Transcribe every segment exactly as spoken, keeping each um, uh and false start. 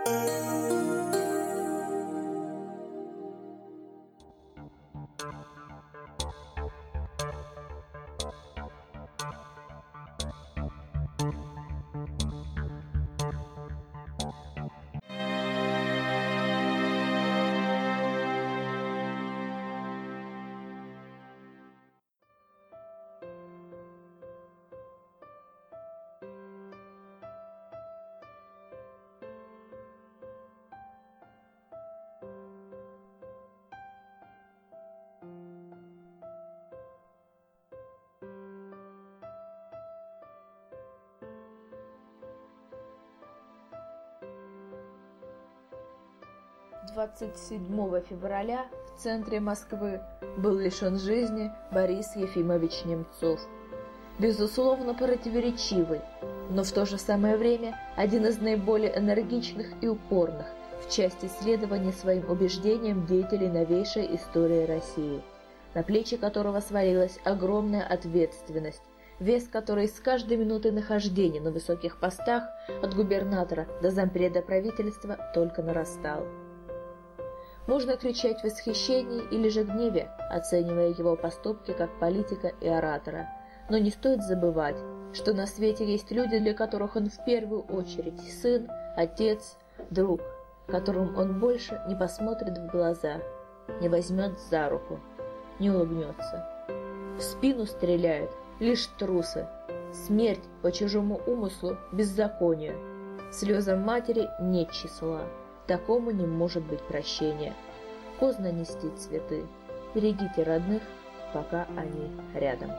двадцать седьмого февраля в центре Москвы был лишен жизни Борис Ефимович Немцов. Безусловно, противоречивый, но в то же самое время один из наиболее энергичных и упорных в части следования своим убеждениям деятелей новейшей истории России, на плечи которого свалилась огромная ответственность, вес которой с каждой минутой нахождения на высоких постах от губернатора до зампреда правительства только нарастал. Можно кричать в восхищении или же гневе, оценивая его поступки как политика и оратора, но не стоит забывать, что на свете есть люди, для которых он в первую очередь сын, отец, друг, которым он больше не посмотрит в глаза, не возьмет за руку, не улыбнется. В спину стреляют лишь трусы, смерть по чужому умыслу беззаконию, слезам матери нет числа. Такому не может быть прощения. Поздно нести цветы. Берегите родных, пока они рядом.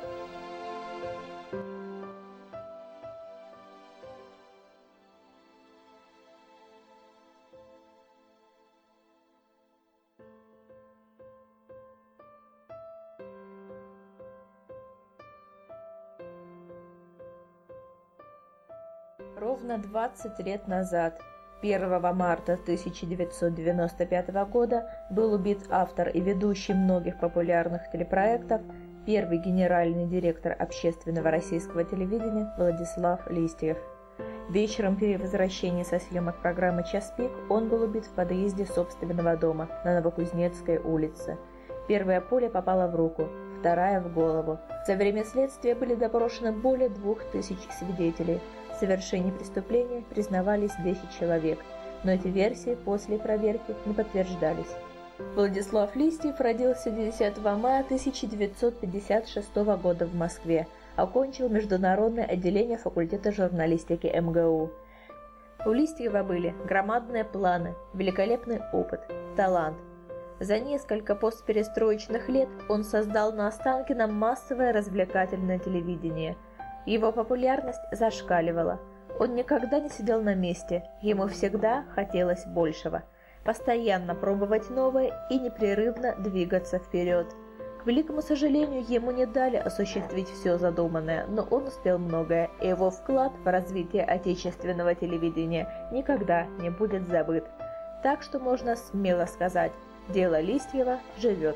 Ровно двадцать лет назад, первого марта тысяча девятьсот девяносто пятого года, был убит автор и ведущий многих популярных телепроектов, первый генеральный директор общественного российского телевидения Владислав Листьев. Вечером перед возвращением со съемок программы «Час пик» он был убит в подъезде собственного дома на Новокузнецкой улице. Первая пуля попала в руку, вторая в голову. За время следствия были допрошены более двух тысяч свидетелей. В совершении преступления признавались десять человек, но эти версии после проверки не подтверждались. Владислав Листьев родился десятого мая тысяча девятьсот пятьдесят шестого года в Москве, окончил международное отделение факультета журналистики эм гэ у. У Листьева были громадные планы, великолепный опыт, талант. За несколько постперестроечных лет он создал на Останкино массовое развлекательное телевидение. Его популярность зашкаливала. Он никогда не сидел на месте, ему всегда хотелось большего. Постоянно пробовать новое и непрерывно двигаться вперед. К великому сожалению, ему не дали осуществить все задуманное, но он успел многое, и его вклад в развитие отечественного телевидения никогда не будет забыт. Так что можно смело сказать, дело Листьева живет.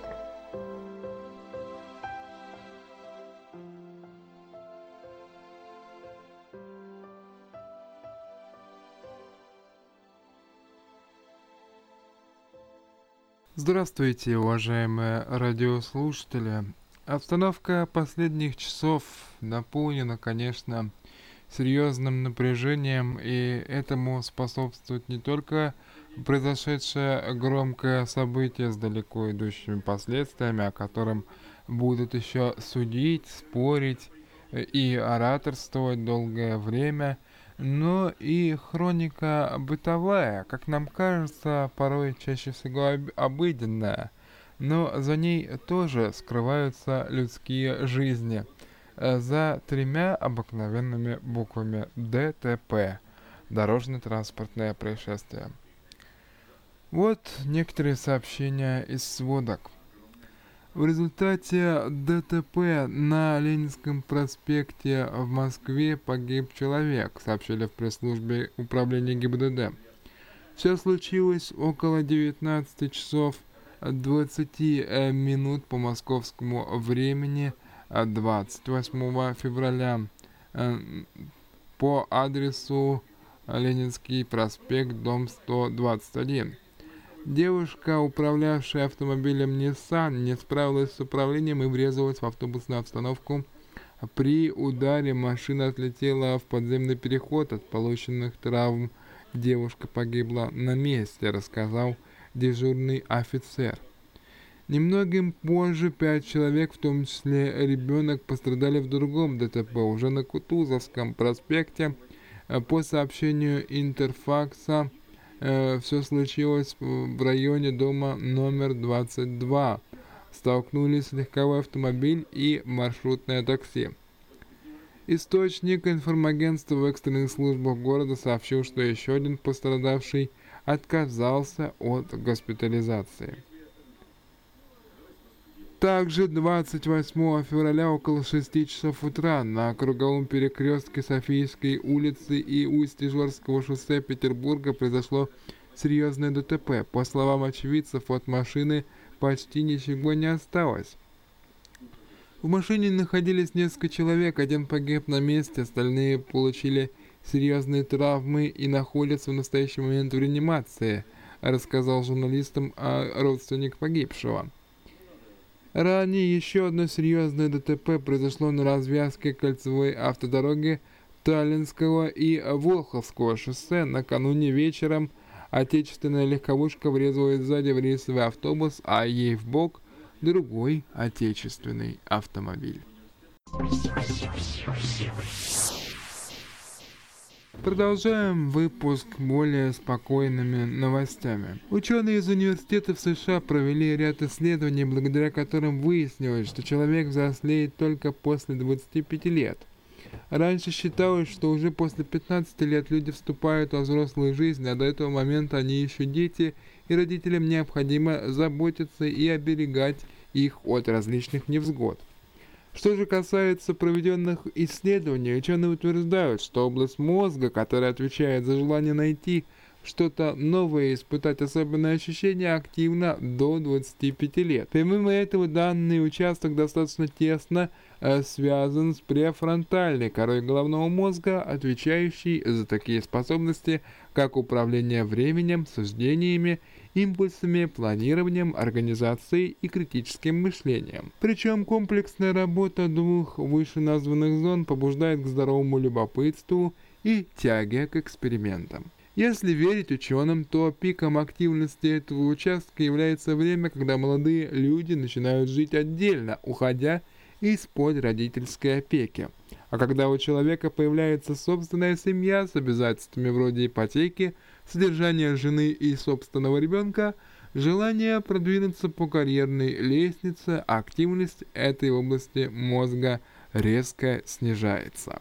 Здравствуйте, уважаемые радиослушатели. Обстановка последних часов наполнена, конечно, серьезным напряжением, и этому способствует не только произошедшее громкое событие с далеко идущими последствиями, о котором будут еще судить, спорить и ораторствовать долгое время, но и хроника бытовая, как нам кажется, порой чаще всего об- обыденная, но за ней тоже скрываются людские жизни, э, за тремя обыкновенными буквами дэ тэ пэ – дорожно-транспортное происшествие. Вот некоторые сообщения из сводок. В результате дэ тэ пэ на Ленинском проспекте в Москве погиб человек, сообщили в пресс-службе управления гэ бэ дэ дэ. Все случилось около девятнадцати часов двадцати минут по московскому времени двадцать восьмого февраля по адресу Ленинский проспект, дом сто двадцать один. Девушка, управлявшая автомобилем Nissan, не справилась с управлением и врезалась в автобусную остановку. При ударе машина отлетела в подземный переход. От полученных травм девушка погибла на месте, рассказал дежурный офицер. Немногим позже пять человек, в том числе ребенок, пострадали в другом ДТП, уже на Кутузовском проспекте. По сообщению Интерфакса, э, все случилось в районе дома номер двадцать два. Столкнулись легковой автомобиль и маршрутное такси. Источник информагентства в экстренных службах города сообщил, что еще один пострадавший отказался от госпитализации. Также двадцать восьмого февраля около шести часов утра на круговом перекрестке Софийской улицы и Усть-Ижорского шоссе Петербурга произошло серьезное ДТП. По словам очевидцев, от машины почти ничего не осталось. В машине находились несколько человек, один погиб на месте, остальные получили серьезные травмы и находятся в настоящий момент в реанимации, рассказал журналистам родственник погибшего. Ранее еще одно серьезное ДТП произошло на развязке кольцевой автодороги Таллинского и Волховского шоссе. Накануне вечером отечественная легковушка врезалась сзади в рейсовый автобус, а ей в бок другой отечественный автомобиль. Продолжаем выпуск более спокойными новостями. Ученые из университетов США провели ряд исследований, благодаря которым выяснилось, что человек взрослеет только после двадцати пяти лет. Раньше считалось, что уже после пятнадцати лет люди вступают во взрослую жизнь, а до этого момента они еще дети, и родителям необходимо заботиться и оберегать их от различных невзгод. Что же касается проведенных исследований, ученые утверждают, что область мозга, которая отвечает за желание найти что-то новое и испытать особенные ощущения, активна до двадцати пяти лет. Помимо этого, данный участок достаточно тесно э, связан с префронтальной корой головного мозга, отвечающей за такие способности, как управление временем, суждениями, импульсами, планированием, организацией и критическим мышлением. Причем комплексная работа двух вышеназванных зон побуждает к здоровому любопытству и тяге к экспериментам. Если верить ученым, то пиком активности этого участка является время, когда молодые люди начинают жить отдельно, уходя из-под родительской опеки. А когда у человека появляется собственная семья с обязательствами вроде ипотеки, содержания жены и собственного ребенка, желание продвинуться по карьерной лестнице, активность этой области мозга резко снижается.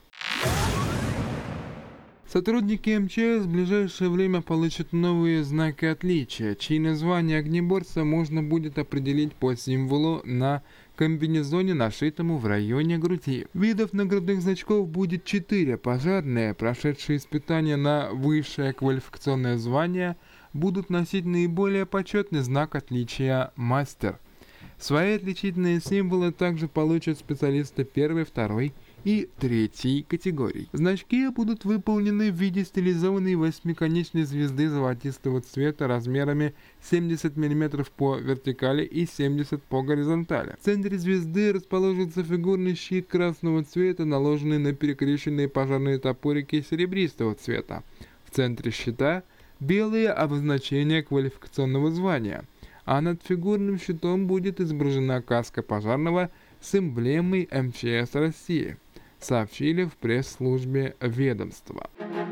Сотрудники эм че эс в ближайшее время получат новые знаки отличия, чьи названия огнеборца можно будет определить по символу на комбинезоне, нашитому в районе груди. Видов наградных значков будет четыре. Пожарные, прошедшие испытания на высшее квалификационное звание, будут носить наиболее почетный знак отличия «Мастер». Свои отличительные символы также получат специалисты первой, второй и третьей категорий. Значки будут выполнены в виде стилизованной восьмиконечной звезды золотистого цвета размерами семьдесят миллиметров по вертикали и семьдесят по горизонтали. В центре звезды расположится фигурный щит красного цвета, наложенный на перекрещенные пожарные топорики серебристого цвета. В центре щита белые обозначения квалификационного звания, а над фигурным щитом будет изображена каска пожарного с эмблемой эм че эс России, сообщили в пресс-службе ведомства.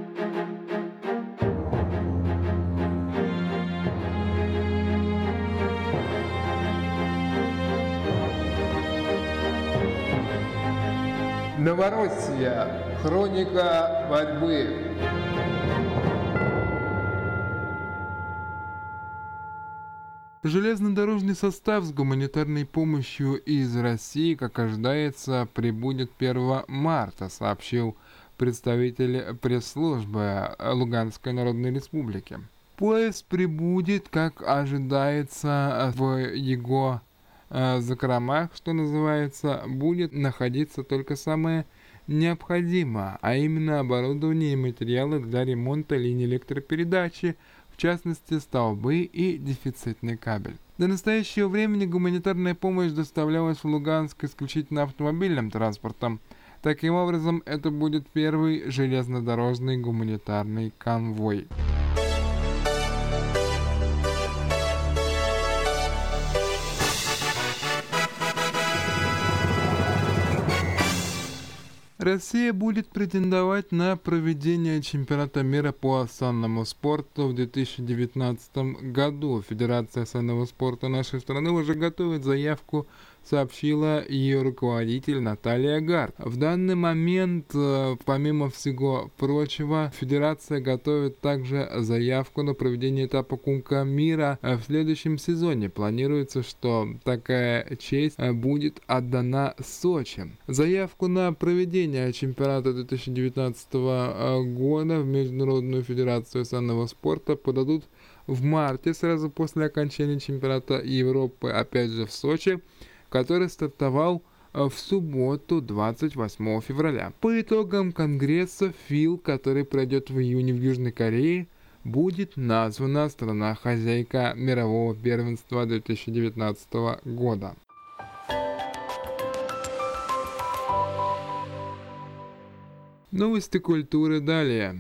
Новороссия. Хроника борьбы. Железнодорожный состав с гуманитарной помощью из России, как ожидается, прибудет первого марта, сообщил представитель пресс-службы Луганской Народной Республики. Поезд прибудет, как ожидается, в его э, закромах, что называется, будет находиться только самое необходимо, а именно оборудование и материалы для ремонта линий электропередачи, в частности столбы и дефицитный кабель. До настоящего времени гуманитарная помощь доставлялась в Луганск исключительно автомобильным транспортом. Таким образом, это будет первый железнодорожный гуманитарный конвой. Россия будет претендовать на проведение чемпионата мира по санному спорту в две тысячи девятнадцатом году. Федерация санного спорта нашей страны уже готовит заявку, сообщила ее руководитель Наталья Гард. В данный момент, помимо всего прочего, Федерация готовит также заявку на проведение этапа Кубка мира в следующем сезоне. Планируется, что такая честь будет отдана Сочи. Заявку на проведение чемпионата две тысячи девятнадцатого года в Международную Федерацию санного спорта подадут в марте, сразу после окончания чемпионата Европы, опять же в Сочи, который стартовал в субботу, двадцать восьмого февраля. По итогам конгресса ФИЛ, который пройдет в июне в Южной Корее, будет названа страна-хозяйка мирового первенства две тысячи девятнадцатого года. Новости культуры далее.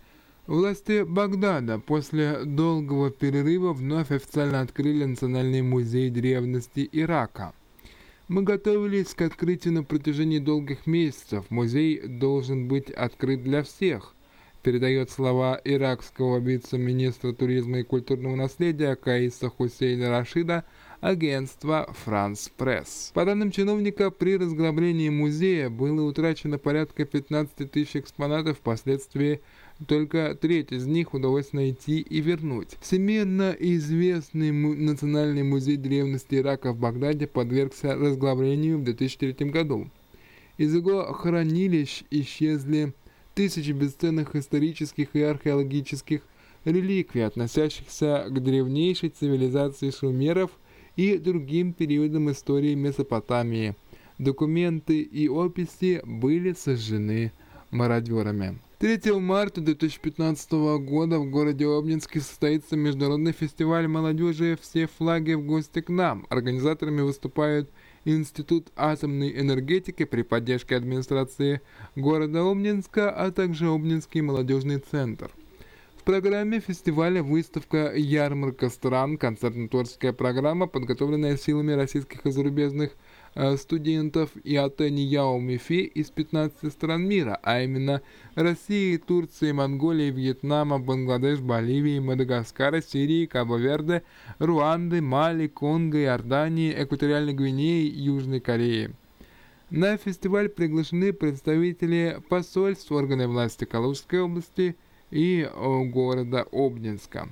Власти Багдада после долгого перерыва вновь официально открыли Национальный музей древности Ирака. Мы готовились к открытию на протяжении долгих месяцев. Музей должен быть открыт для всех, передает слова иракского вице-министра туризма и культурного наследия Каиса Хусейна Рашида агентство France Press. По данным чиновника, при разграблении музея было утрачено порядка пятнадцати тысяч экспонатов, впоследствии только треть из них удалось найти и вернуть. Всемирно известный му- Национальный музей древности Ирака в Багдаде подвергся разграблению в две тысячи третьем году. Из его хранилищ исчезли тысячи бесценных исторических и археологических реликвий, относящихся к древнейшей цивилизации шумеров и другим периодам истории Месопотамии. Документы и описи были сожжены мародерами. третьего марта две тысячи пятнадцатого года в городе Обнинске состоится международный фестиваль молодежи «Все флаги в гости к нам». Организаторами выступают Институт атомной энергетики при поддержке администрации города Обнинска, а также Обнинский молодежный центр. В программе фестиваля выставка «Ярмарка стран», концертно-творческая программа, подготовленная силами российских и зарубежных э, студентов и Атени Яо Мифи из пятнадцати стран мира, а именно России, Турции, Монголии, Вьетнама, Бангладеш, Боливии, Мадагаскара, Сирии, Кабо-Верде, Руанды, Мали, Конго, Иордании, Экваториальной Гвинеи, Южной Кореи. На фестиваль приглашены представители посольств, органов власти Калужской области и города Обнинска.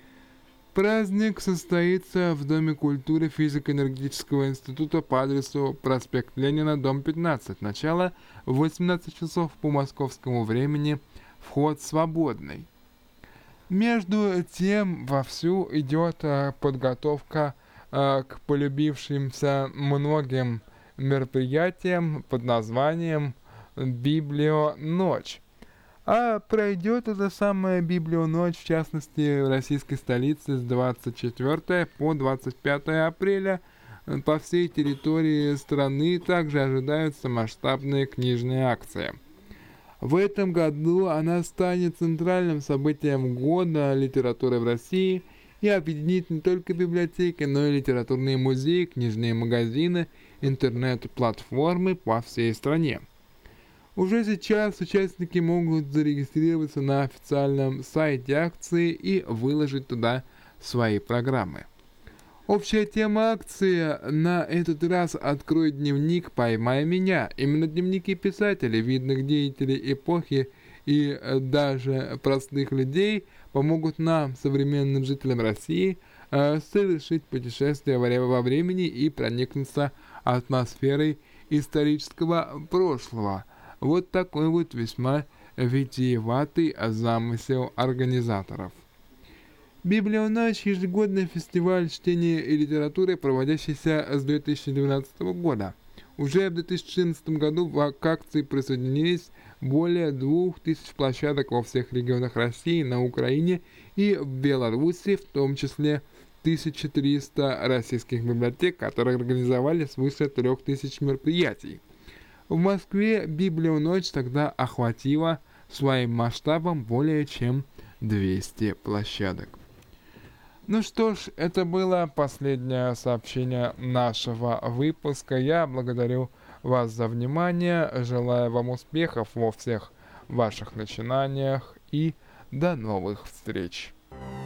Праздник состоится в Доме культуры физико-энергетического института по адресу проспект Ленина, дом пятнадцать. Начало в восемнадцать часов по московскому времени. Вход свободный. Между тем вовсю идет э, подготовка э, к полюбившимся многим мероприятиям под названием «Библионочь». А пройдет эта самая Библионочь, в частности, в российской столице с двадцать четвёртого по двадцать пятое апреля. По всей территории страны также ожидаются масштабные книжные акции. В этом году она станет центральным событием года литературы в России и объединит не только библиотеки, но и литературные музеи, книжные магазины, интернет-платформы по всей стране. Уже сейчас участники могут зарегистрироваться на официальном сайте акции и выложить туда свои программы. Общая тема акции на этот раз «Открой дневник, поймай меня». Именно дневники писателей, видных деятелей эпохи и даже простых людей помогут нам, современным жителям России, совершить путешествие во времени и проникнуться атмосферой исторического прошлого. Вот такой вот весьма витиеватый замысел организаторов. Библионочь – ежегодный фестиваль чтения и литературы, проводящийся с две тысячи двенадцатого года. Уже в две тысячи четырнадцатом году к акции присоединились более двух тысяч площадок во всех регионах России, на Украине и в Беларуси, в том числе тысяча триста российских библиотек, которые организовали свыше трех тысяч мероприятий. В Москве Библионочь тогда охватила своим масштабом более чем двести площадок. Ну что ж, это было последнее сообщение нашего выпуска. Я благодарю вас за внимание, желаю вам успехов во всех ваших начинаниях и до новых встреч.